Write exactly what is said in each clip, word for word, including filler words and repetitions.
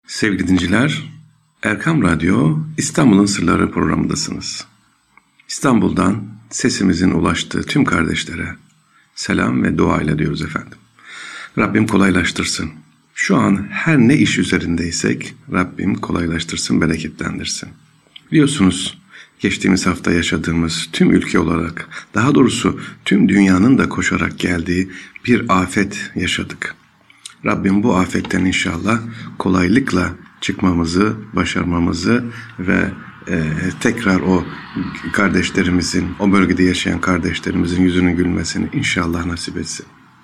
Sevgili dinleyiciler, Erkam Radyo İstanbul'un Sırları programındasınız. İstanbul'dan sesimizin ulaştığı tüm kardeşlere selam ve dua ile diyoruz efendim. Rabbim kolaylaştırsın. Şu an her ne iş üzerindeysek Rabbim kolaylaştırsın, bereketlendirsin. Biliyorsunuz geçtiğimiz hafta yaşadığımız tüm ülke olarak, daha doğrusu tüm dünyanın da koşarak geldiği bir afet yaşadık. Rabbim bu afetten inşallah kolaylıkla çıkmamızı, başarmamızı ve e, tekrar o kardeşlerimizin, o bölgede yaşayan kardeşlerimizin yüzünün gülmesini inşallah nasip etsin.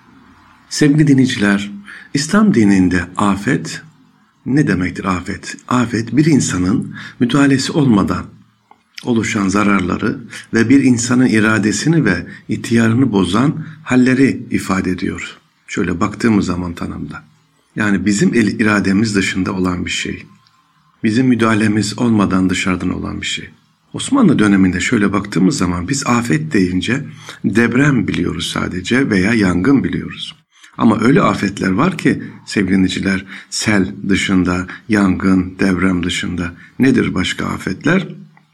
Sevgili dinleyiciler, İslam dininde afet ne demektir afet? Afet bir insanın müdahalesi olmadan oluşan zararları ve bir insanın iradesini ve ihtiyarını bozan halleri ifade ediyor. Şöyle baktığımız zaman tanımda. Yani bizim el irademiz dışında olan bir şey. Bizim müdahalemiz olmadan dışarıdan olan bir şey. Osmanlı döneminde şöyle baktığımız zaman biz afet deyince deprem biliyoruz sadece veya yangın biliyoruz. Ama öyle afetler var ki sevgili dinleyiciler, sel dışında, yangın, deprem dışında nedir başka afetler?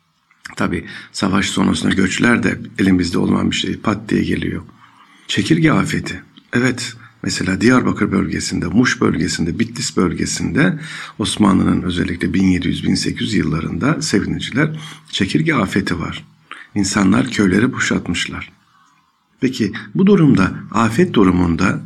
Tabii savaş sonrasında göçler de elimizde olmayan bir şey, pat diye geliyor. Çekirge afeti. Evet, mesela Diyarbakır bölgesinde, Muş bölgesinde, Bitlis bölgesinde Osmanlı'nın özellikle bin yedi yüz bin sekiz yüz yıllarında sevgiliciler çekirge afeti var. İnsanlar köyleri boşaltmışlar. Peki bu durumda, afet durumunda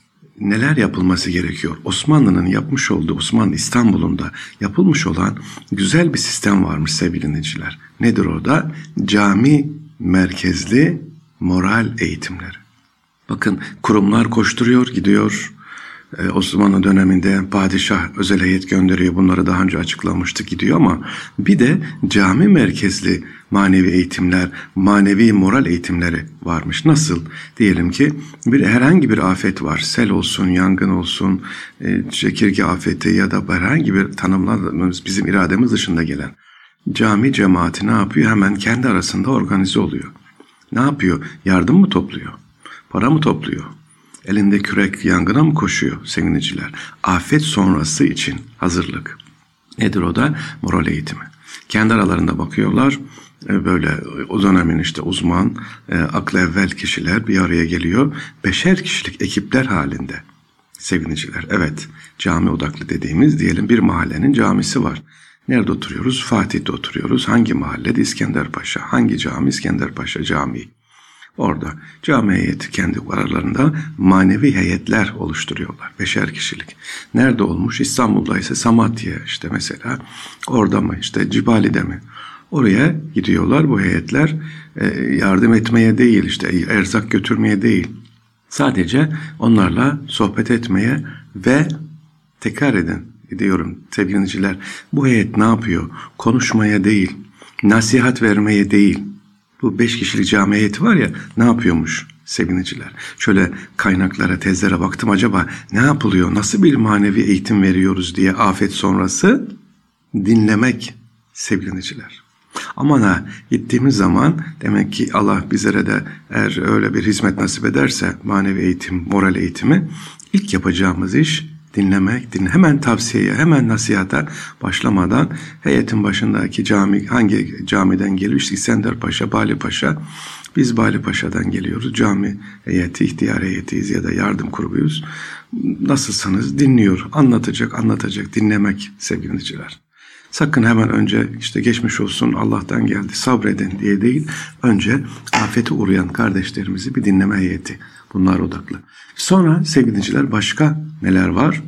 neler yapılması gerekiyor? Osmanlı'nın yapmış olduğu, Osmanlı İstanbul'unda yapılmış olan güzel bir sistem varmış sevgili dinleyiciler. Nedir o da? Cami merkezli moral eğitimleri. Bakın kurumlar koşturuyor, gidiyor. Ee, Osmanlı döneminde padişah özel heyet gönderiyor. Bunları daha önce açıklamıştık, gidiyor ama bir de cami merkezli manevi eğitimler, manevi moral eğitimleri varmış. Nasıl? Diyelim ki bir herhangi bir afet var. Sel olsun, yangın olsun, e, çekirge afeti ya da herhangi bir tanımladığımız bizim irademiz dışında gelen cami cemaati ne yapıyor? Hemen kendi arasında organize oluyor. Ne yapıyor? Yardım mı topluyor? Para mı topluyor? Elinde kürek yangına mı koşuyor sevgiliciler? Afet sonrası için hazırlık. Nedir o da? Moral eğitimi. Kendi aralarında bakıyorlar. Böyle o dönemin işte uzman, aklı evvel kişiler bir araya geliyor. Beşer kişilik ekipler halinde sevgiliciler. Evet, cami odaklı dediğimiz diyelim bir mahallenin camisi var. Nerede oturuyoruz? Fatih'te oturuyoruz. Hangi mahallede? İskenderpaşa. Hangi cami? İskenderpaşa Camii. Orada cami heyeti kendi aralarında manevi heyetler oluşturuyorlar. Beşer kişilik. Nerede olmuş? İstanbul'da ise Samatya işte mesela. Orada mı? İşte Cibali'de mi? Oraya gidiyorlar bu heyetler yardım etmeye değil, işte erzak götürmeye değil. Sadece onlarla sohbet etmeye ve tekrar edin diyorum sevgili dinleyiciler. Bu heyet ne yapıyor? Konuşmaya değil, nasihat vermeye değil. Bu beş kişilik cami heyeti var ya, ne yapıyormuş sevgiliciler? Şöyle kaynaklara, tezlere baktım, acaba ne yapılıyor? Nasıl bir manevi eğitim veriyoruz diye afet sonrası dinlemek sevgiliciler. Aman ha, gittiğimiz zaman demek ki Allah bizlere de eğer öyle bir hizmet nasip ederse manevi eğitim, moral eğitimi, ilk yapacağımız iş dinlemek, dinle. Hemen tavsiyeye, hemen nasihata başlamadan heyetin başındaki cami, hangi camiden geliyor? İşte İskenderpaşa, Balipaşa. Biz Balipaşa'dan geliyoruz. Cami heyeti, ihtiyar heyetiyiz ya da yardım grubuyuz. Nasılsınız? Dinliyor. Anlatacak, anlatacak. Dinlemek sevgili dinleyiciler. Sakın hemen önce işte geçmiş olsun, Allah'tan geldi, sabredin diye değil. Önce afete uğrayan kardeşlerimizi bir dinleme heyeti. Bunlar odaklı. Sonra sevgili dinleyiciler, başka neler var?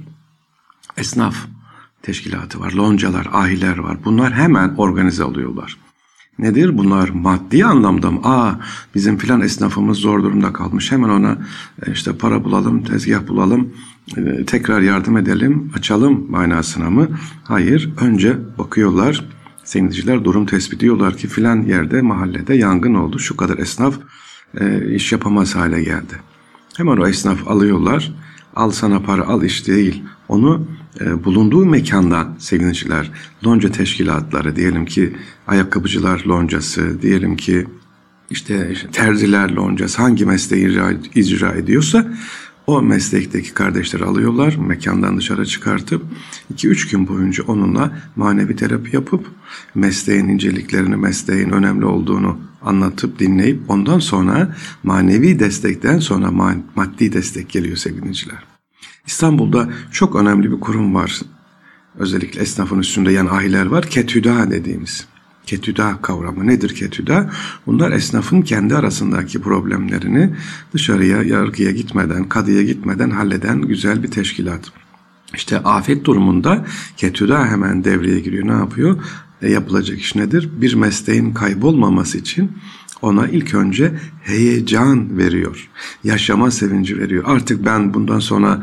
Esnaf teşkilatı var, loncalar, ahiler var. Bunlar hemen organize oluyorlar. Nedir? Bunlar maddi anlamda mı? Aa, bizim filan esnafımız zor durumda kalmış. Hemen ona işte para bulalım, tezgah bulalım, tekrar yardım edelim, açalım manasına mı? Hayır. Önce bakıyorlar, seyirciler durum tespit ediyorlar ki filan yerde, mahallede yangın oldu. Şu kadar esnaf e, iş yapamaz hale geldi. Hemen o esnaf alıyorlar. Al sana para, al iş değil. Onu e, bulunduğu mekandan sevgiliciler, lonca teşkilatları, diyelim ki ayakkabıcılar loncası, diyelim ki işte, işte terziler loncası, hangi mesleği icra, icra ediyorsa O meslekteki kardeşleri alıyorlar, mekandan dışarı çıkartıp iki üç gün boyunca onunla manevi terapi yapıp mesleğin inceliklerini, mesleğin önemli olduğunu anlatıp dinleyip ondan sonra manevi destekten sonra maddi destek geliyor sevgiliciler. İstanbul'da çok önemli bir kurum var. Özellikle esnafın üstünde yan ahiler var. Ketüda dediğimiz. Ketüda kavramı nedir ketüda? Bunlar esnafın kendi arasındaki problemlerini dışarıya, yargıya gitmeden, kadıya gitmeden halleden güzel bir teşkilat. İşte afet durumunda ketüda hemen devreye giriyor. Ne yapıyor? E, yapılacak iş nedir? Bir mesleğin kaybolmaması için ona ilk önce heyecan veriyor. Yaşama sevinci veriyor. Artık ben bundan sonra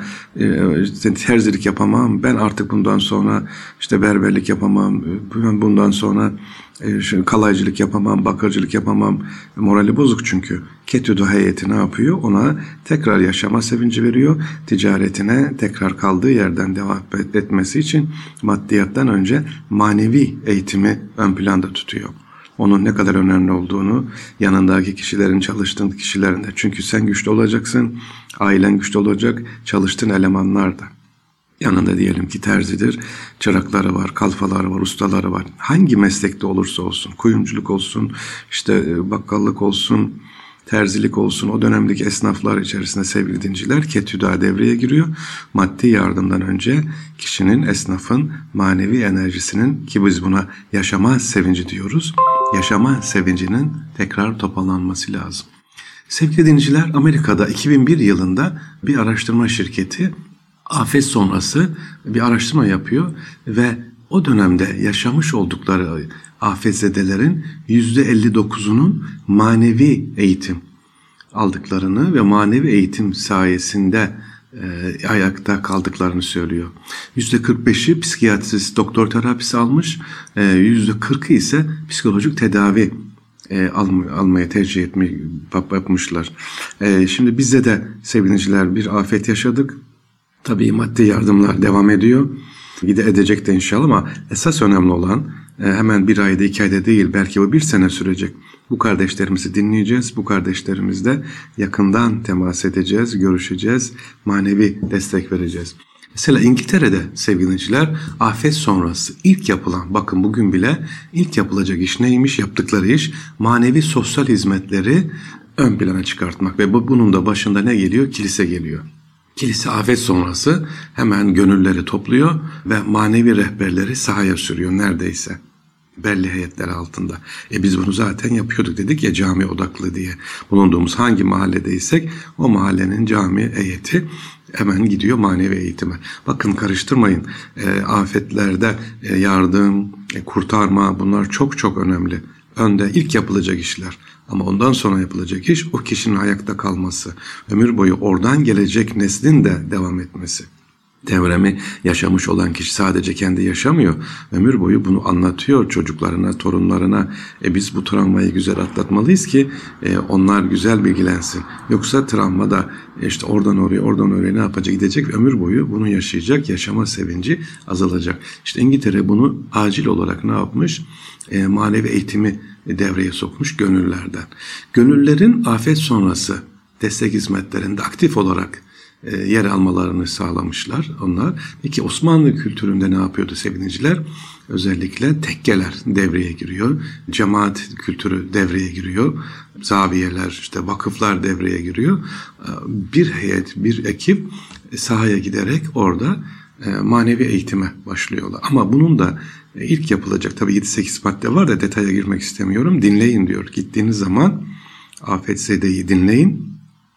e, terzilik yapamam. Ben artık bundan sonra işte berberlik yapamam. Ben bundan sonra e, kalaycılık yapamam, bakırcılık yapamam. Morali bozuk çünkü. Ketüda heyeti ne yapıyor? Ona tekrar yaşama sevinci veriyor. Ticaretine tekrar kaldığı yerden devam etmesi için maddiyattan önce manevi eğitimi ön planda tutuyor. Onun ne kadar önemli olduğunu yanındaki kişilerin, çalıştığın kişilerin de. Çünkü sen güçlü olacaksın, ailen güçlü olacak, çalıştığın elemanlar da. Yanında diyelim ki terzidir, çırakları var, kalfaları var, ustaları var. Hangi meslekte olursa olsun, kuyumculuk olsun, işte bakkallık olsun, terzilik olsun, o dönemdeki esnaflar içerisinde sevgili dinciler ketüda devreye giriyor. Maddi yardımdan önce kişinin, esnafın manevi enerjisinin, ki biz buna yaşama sevinci diyoruz, yaşama sevincinin tekrar toparlanması lazım. Sevgili dinciler, Amerika'da iki bin bir yılında bir araştırma şirketi afet sonrası bir araştırma yapıyor ve o dönemde yaşamış oldukları afetzedelerin yüzde elli dokuzunun manevi eğitim aldıklarını ve manevi eğitim sayesinde e, ayakta kaldıklarını söylüyor. yüzde kırk beşi psikiyatrist, doktor terapisi almış, e, yüzde kırkı ise psikolojik tedavi e, alm- almaya tercih etmiş, yapmışlar. E, şimdi bizde de sevgiliciler bir afet yaşadık. Tabii maddi yardımlar devam ediyor. Gide edecek de inşallah ama esas önemli olan hemen bir ayda, iki ayda değil, belki bu bir sene sürecek. Bu kardeşlerimizi dinleyeceğiz. Bu kardeşlerimizle yakından temas edeceğiz, görüşeceğiz, manevi destek vereceğiz. Mesela İngiltere'de sevgiliciler afet sonrası ilk yapılan, bakın bugün bile ilk yapılacak iş neymiş? Yaptıkları iş manevi sosyal hizmetleri ön plana çıkartmak ve bunun da başında ne geliyor? Kilise geliyor. Kilise afet sonrası hemen gönülleri topluyor ve manevi rehberleri sahaya sürüyor neredeyse. Belli heyetler altında. E biz bunu zaten yapıyorduk dedik ya, cami odaklı diye. Bulunduğumuz hangi mahalledeysek o mahallenin cami heyeti hemen gidiyor manevi eğitime. Bakın karıştırmayın. E, afetlerde e, yardım, e, kurtarma, bunlar çok çok önemli. Önde ilk yapılacak işler. Ama ondan sonra yapılacak iş o kişinin ayakta kalması. Ömür boyu oradan gelecek neslin de devam etmesi. Devremi yaşamış olan kişi sadece kendi yaşamıyor. Ömür boyu bunu anlatıyor çocuklarına, torunlarına. E biz bu travmayı güzel atlatmalıyız ki e, onlar güzel bilgilensin. Yoksa travmada e işte oradan oraya, oradan oraya ne yapacak, gidecek ve ömür boyu bunu yaşayacak, yaşama sevinci azalacak. İşte İngiltere bunu acil olarak ne yapmış? E, manevi eğitimi devreye sokmuş gönüllerden. Gönüllerin afet sonrası destek hizmetlerinde aktif olarak e, yer almalarını sağlamışlar onlar. Peki Osmanlı kültüründe ne yapıyordu sevgiliciler? Özellikle tekkeler devreye giriyor. Cemaat kültürü devreye giriyor. Zaviyeler, işte vakıflar devreye giriyor. Bir heyet, bir ekip sahaya giderek orada e, manevi eğitime başlıyorlar. Ama bunun da İlk yapılacak tabii yedi sekiz madde var da detaya girmek istemiyorum. Dinleyin diyor. Gittiğiniz zaman afetzedeyi dinleyin.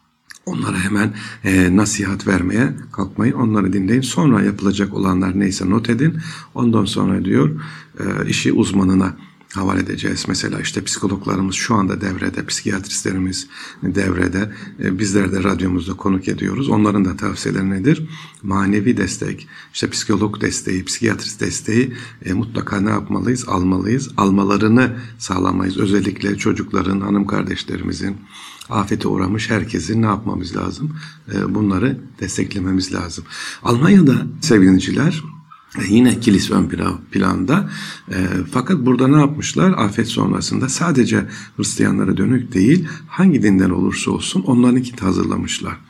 Onlara hemen e, nasihat vermeye kalkmayın. Onları dinleyin. Sonra yapılacak olanlar neyse not edin. Ondan sonra diyor e, işi uzmanına havale edeceğiz. Mesela işte psikologlarımız şu anda devrede, psikiyatristlerimiz devrede. E, bizler de radyomuzda konuk ediyoruz. Onların da tavsiyeleri nedir? Manevi destek, işte psikolog desteği, psikiyatrist desteği e, mutlaka ne yapmalıyız? Almalıyız. Almalarını sağlamayız. Özellikle çocukların, hanım kardeşlerimizin, afete uğramış herkesin ne yapmamız lazım? E, bunları desteklememiz lazım. Almanya'da sevgiliciler yine kilise ön planda. E, fakat burada ne yapmışlar? Afet sonrasında sadece Hristiyanlara dönük değil, hangi dinden olursa olsun onlarınkini hazırlamışlar.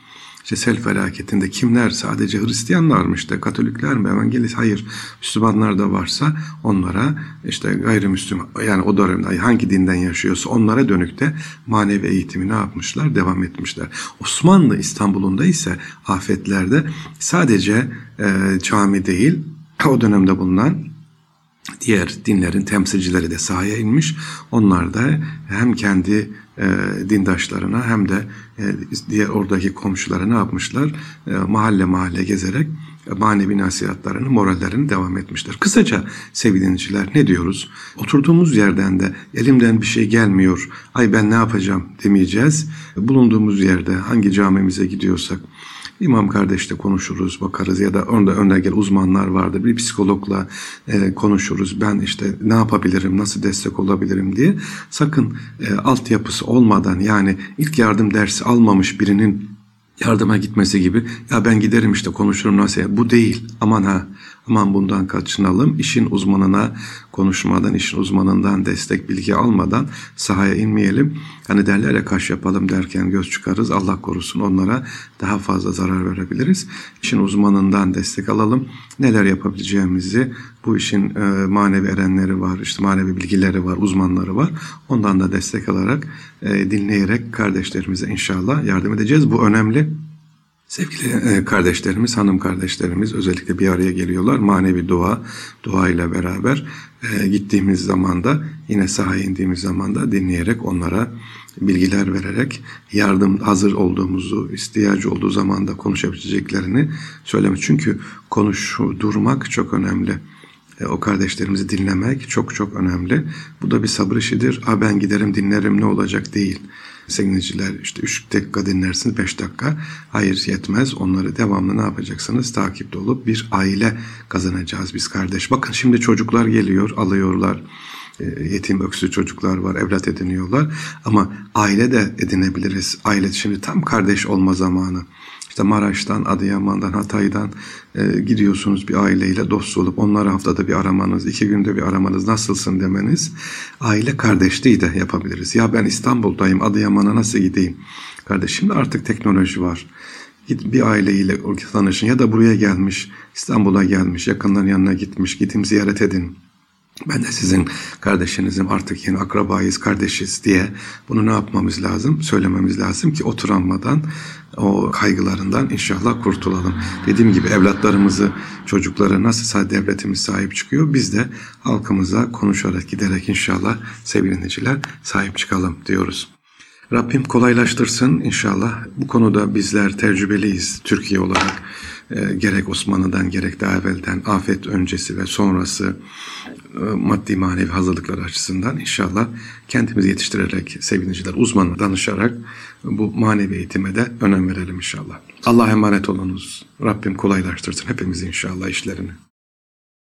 işte sel felaketinde kimler, sadece Hristiyanlarmış da, Katolikler mi, Evangelist, hayır, Müslümanlar da varsa onlara, işte gayrimüslim, yani o dönemde hangi dinden yaşıyorsa onlara dönük de manevi eğitimi ne yapmışlar? Devam etmişler. Osmanlı İstanbul'unda ise afetlerde sadece e, cami değil, o dönemde bulunan diğer dinlerin temsilcileri de sahaya inmiş. Onlar da hem kendi e, dindaşlarına hem de e, diğer oradaki komşulara ne yapmışlar? E, mahalle mahalle gezerek e, manevi nasihatlarını, morallerini devam etmişler. Kısaca sevgili dinleyiciler, ne diyoruz? Oturduğumuz yerden de elimden bir şey gelmiyor, ay ben ne yapacağım demeyeceğiz. Bulunduğumuz yerde hangi camimize gidiyorsak İmam kardeşle konuşuruz, bakarız, ya da onda önde gel uzmanlar vardır. Bir psikologla e, konuşuruz. Ben işte ne yapabilirim, nasıl destek olabilirim diye. Sakın e, altyapısı olmadan, yani ilk yardım dersi almamış birinin yardıma gitmesi gibi, ya ben giderim işte konuşurum nasıl, bu değil. Aman ha, aman bundan kaçınalım. İşin uzmanına konuşmadan, işin uzmanından destek bilgi almadan sahaya inmeyelim. Hani derler ya, kaş yapalım derken göz çıkarız. Allah korusun, onlara daha fazla zarar verebiliriz. İşin uzmanından destek alalım. Neler yapabileceğimizi, bu işin e, manevi erenleri var, işte manevi bilgileri var, uzmanları var. Ondan da destek alarak, e, dinleyerek kardeşlerimize inşallah yardım edeceğiz. Bu önemli. Sevgili kardeşlerimiz, hanım kardeşlerimiz özellikle bir araya geliyorlar. Manevi dua, dua ile beraber e, gittiğimiz zaman da, yine sahaya indiğimiz zaman da dinleyerek, onlara bilgiler vererek, yardım hazır olduğumuzu, ihtiyacı olduğu zaman da konuşabileceklerini söylemek. Çünkü konuşturmak çok önemli. E, o kardeşlerimizi dinlemek çok çok önemli. Bu da bir sabır işidir. A ben giderim dinlerim ne olacak değil. Sevgiliciler, işte üç dakika dinlersiniz, beş dakika. Hayır, yetmez. Onları devamlı ne yapacaksınız? Takipte olup bir aile kazanacağız biz kardeş. Bakın şimdi çocuklar geliyor, alıyorlar. Yetim öksüz çocuklar var, evlat ediniyorlar. Ama aile de edinebiliriz. Aile şimdi tam kardeş olma zamanı. İşte Maraş'tan, Adıyaman'dan, Hatay'dan e, gidiyorsunuz bir aileyle dost olup onları haftada bir aramanız, iki günde bir aramanız, nasılsın demeniz, aile kardeşliği de yapabiliriz. Ya ben İstanbul'dayım, Adıyaman'a nasıl gideyim? Kardeş, şimdi artık teknoloji var. Git bir aileyle tanışın, ya da buraya gelmiş, İstanbul'a gelmiş, yakınların yanına gitmiş, gidin ziyaret edin. Ben de sizin kardeşinizim, artık yeni akrabayız, kardeşiz diye bunu ne yapmamız lazım? Söylememiz lazım ki o travmadan, o kaygılarından inşallah kurtulalım. Dediğim gibi evlatlarımızı, çocuklara nasıl devletimiz sahip çıkıyor, biz de halkımıza konuşarak, giderek inşallah sevgili dinleyiciler sahip çıkalım diyoruz. Rabbim kolaylaştırsın inşallah. Bu konuda bizler tecrübeliyiz Türkiye olarak. E, gerek Osmanlı'dan gerek daha evvelden, afet öncesi ve sonrası e, maddi manevi hazırlıklar açısından inşallah kendimizi yetiştirerek, sevgiliciler uzmanla danışarak bu manevi eğitime de önem verelim inşallah. Allah'a emanet olunuz. Rabbim kolaylaştırsın hepimizi inşallah işlerini.